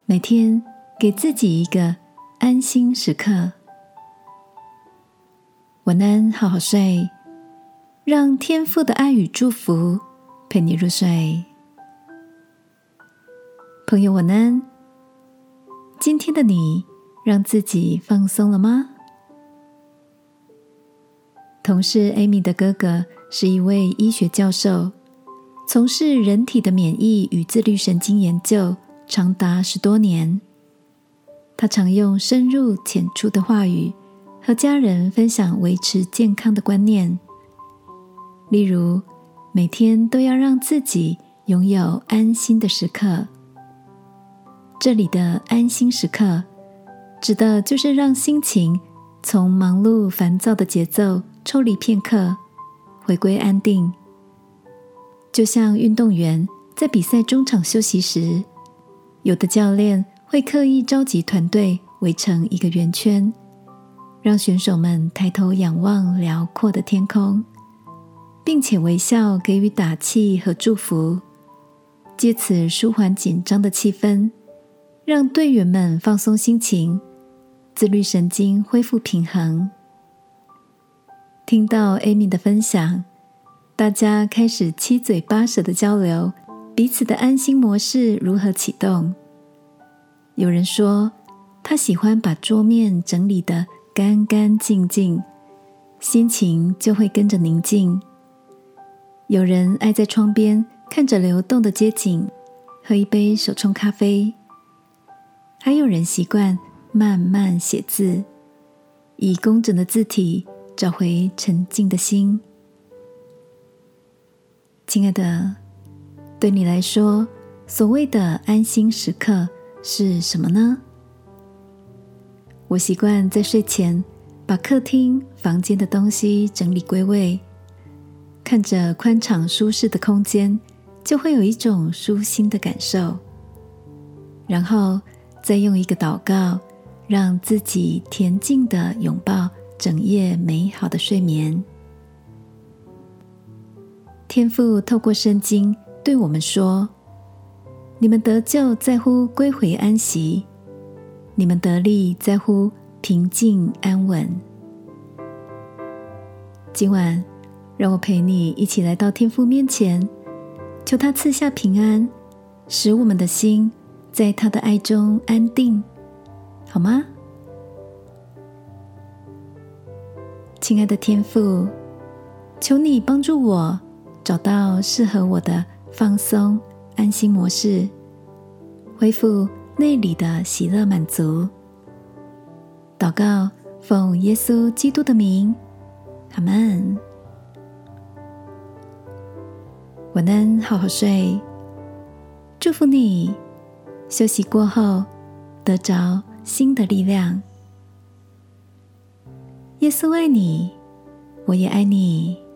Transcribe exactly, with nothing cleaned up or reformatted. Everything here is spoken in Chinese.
每天给自己一个安心时刻。晚安，好好睡，让天父的爱与祝福陪你入睡。朋友晚安，今天的你让自己放松了吗？同事 Amy 的哥哥是一位医学教授，从事人体的免疫与自律神经研究长达十多年。他常用深入浅出的话语和家人分享维持健康的观念，例如每天都要让自己拥有安心的时刻。这里的安心时刻指的就是让心情从忙碌烦躁的节奏抽离片刻，回归安定。就像运动员在比赛中场休息时，有的教练会刻意召集团队围成一个圆圈，让选手们抬头仰望辽阔的天空，并且微笑给予打气和祝福，借此舒缓紧张的气氛，让队员们放松心情，自律神经恢复平衡。听到 Amy 的分享，大家开始七嘴八舌的交流彼此的安心模式如何启动。有人说他喜欢把桌面整理得干干净净，心情就会跟着宁静。有人爱在窗边看着流动的街景，喝一杯手冲咖啡。还有人习惯慢慢写字，以工整的字体找回沉静的心。亲爱的，对你来说，所谓的安心时刻是什么呢？我习惯在睡前把客厅、房间的东西整理归位，看着宽敞舒适的空间，就会有一种舒心的感受。然后再用一个祷告，让自己恬静地拥抱整夜美好的睡眠。天父透过圣经对我们说，你们得救在乎归回安息，你们得力在乎平静安稳。今晚让我陪你一起来到天父面前，求他赐下平安，使我们的心在他的爱中安定，好吗？亲爱的天父，求你帮助我找到适合我的放松安心模式，恢复内里的喜乐满足。祷告奉耶稣基督的名，阿们。晚安，好好睡。祝福你休息过后得着新的力量。耶稣爱你，我也爱你。